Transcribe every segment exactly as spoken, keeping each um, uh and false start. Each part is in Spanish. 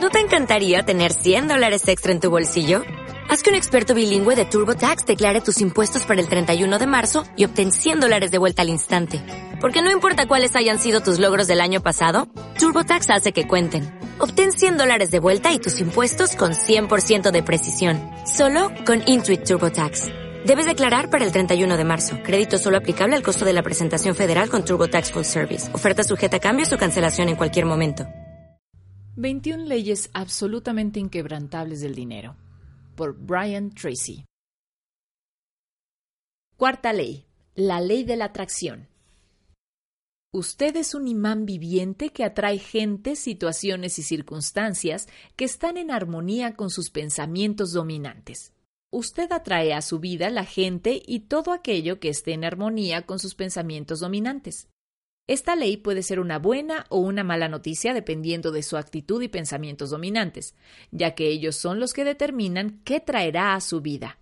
¿No te encantaría tener cien dólares extra en tu bolsillo? Haz que un experto bilingüe de TurboTax declare tus impuestos para el treinta y uno de marzo y obtén cien dólares de vuelta al instante. Porque no importa cuáles hayan sido tus logros del año pasado, TurboTax hace que cuenten. Obtén cien dólares de vuelta y tus impuestos con cien por ciento de precisión. Solo con Intuit TurboTax. Debes declarar para el treinta y uno de marzo. Crédito solo aplicable al costo de la presentación federal con TurboTax Full Service. Oferta sujeta a cambios o cancelación en cualquier momento. veintiuna leyes absolutamente inquebrantables del dinero. Por Brian Tracy. Cuarta ley. La ley de la atracción. Usted es un imán viviente que atrae gente, situaciones y circunstancias que están en armonía con sus pensamientos dominantes. Usted atrae a su vida la gente y todo aquello que esté en armonía con sus pensamientos dominantes. Esta ley puede ser una buena o una mala noticia dependiendo de su actitud y pensamientos dominantes, ya que ellos son los que determinan qué traerá a su vida.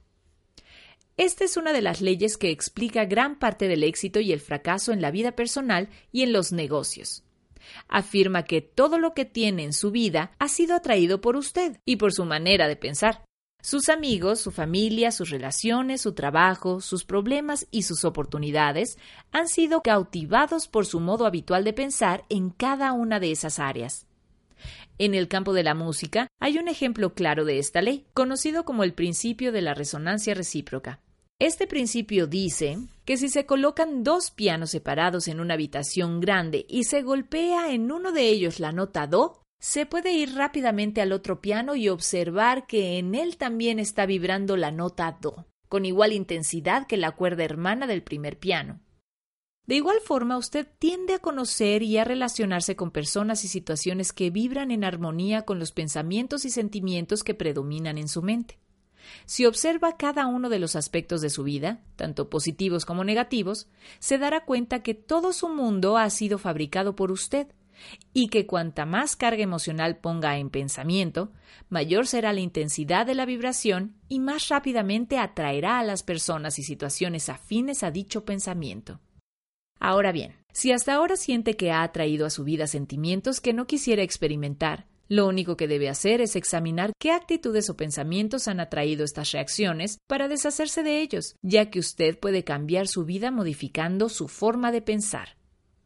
Esta es una de las leyes que explica gran parte del éxito y el fracaso en la vida personal y en los negocios. Afirma que todo lo que tiene en su vida ha sido atraído por usted y por su manera de pensar. Sus amigos, su familia, sus relaciones, su trabajo, sus problemas y sus oportunidades han sido cautivados por su modo habitual de pensar en cada una de esas áreas. En el campo de la música hay un ejemplo claro de esta ley, conocido como el principio de la resonancia recíproca. Este principio dice que si se colocan dos pianos separados en una habitación grande y se golpea en uno de ellos la nota do, se puede ir rápidamente al otro piano y observar que en él también está vibrando la nota do, con igual intensidad que la cuerda hermana del primer piano. De igual forma, usted tiende a conocer y a relacionarse con personas y situaciones que vibran en armonía con los pensamientos y sentimientos que predominan en su mente. Si observa cada uno de los aspectos de su vida, tanto positivos como negativos, se dará cuenta que todo su mundo ha sido fabricado por usted, y que cuanta más carga emocional ponga en pensamiento, mayor será la intensidad de la vibración y más rápidamente atraerá a las personas y situaciones afines a dicho pensamiento. Ahora bien, si hasta ahora siente que ha atraído a su vida sentimientos que no quisiera experimentar, lo único que debe hacer es examinar qué actitudes o pensamientos han atraído estas reacciones para deshacerse de ellos, ya que usted puede cambiar su vida modificando su forma de pensar.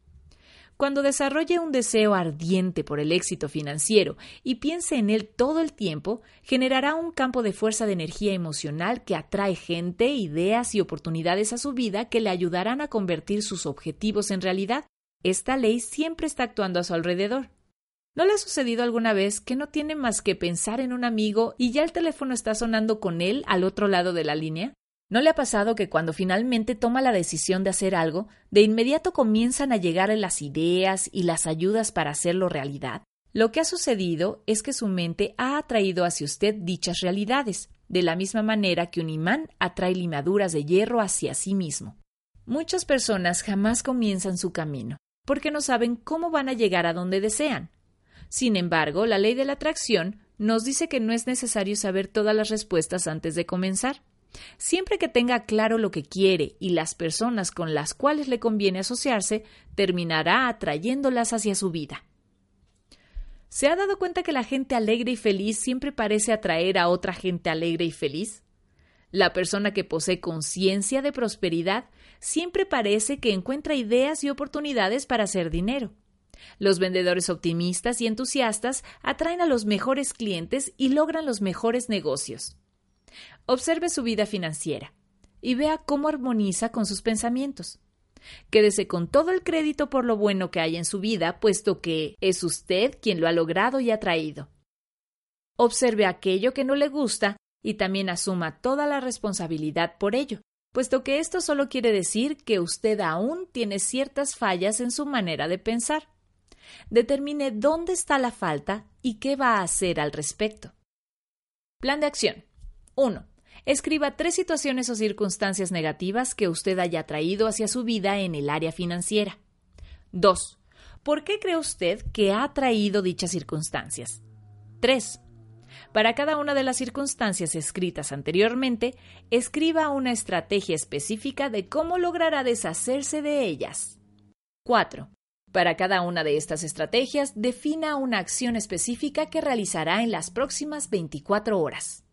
Cuando desarrolle un deseo ardiente por el éxito financiero y piense en él todo el tiempo, generará un campo de fuerza de energía emocional que atrae gente, ideas y oportunidades a su vida que le ayudarán a convertir sus objetivos en realidad. Esta ley siempre está actuando a su alrededor. ¿No le ha sucedido alguna vez que no tiene más que pensar en un amigo y ya el teléfono está sonando con él al otro lado de la línea? ¿No le ha pasado que cuando finalmente toma la decisión de hacer algo, de inmediato comienzan a llegarle las ideas y las ayudas para hacerlo realidad? Lo que ha sucedido es que su mente ha atraído hacia usted dichas realidades, de la misma manera que un imán atrae limaduras de hierro hacia sí mismo. Muchas personas jamás comienzan su camino, porque no saben cómo van a llegar a donde desean. Sin embargo, la ley de la atracción nos dice que no es necesario saber todas las respuestas antes de comenzar. Siempre que tenga claro lo que quiere y las personas con las cuales le conviene asociarse, terminará atrayéndolas hacia su vida. ¿Se ha dado cuenta que la gente alegre y feliz siempre parece atraer a otra gente alegre y feliz? La persona que posee conciencia de prosperidad siempre parece que encuentra ideas y oportunidades para hacer dinero. Los vendedores optimistas y entusiastas atraen a los mejores clientes y logran los mejores negocios. Observe su vida financiera y vea cómo armoniza con sus pensamientos. Quédese con todo el crédito por lo bueno que hay en su vida, puesto que es usted quien lo ha logrado y atraído. Observe aquello que no le gusta y también asuma toda la responsabilidad por ello, puesto que esto solo quiere decir que usted aún tiene ciertas fallas en su manera de pensar. Determine dónde está la falta y qué va a hacer al respecto. Plan de acción. uno. Escriba tres situaciones o circunstancias negativas que usted haya traído hacia su vida en el área financiera. dos. ¿Por qué cree usted que ha traído dichas circunstancias? tres. Para cada una de las circunstancias escritas anteriormente, escriba una estrategia específica de cómo logrará deshacerse de ellas. cuatro. Para cada una de estas estrategias, defina una acción específica que realizará en las próximas veinticuatro horas.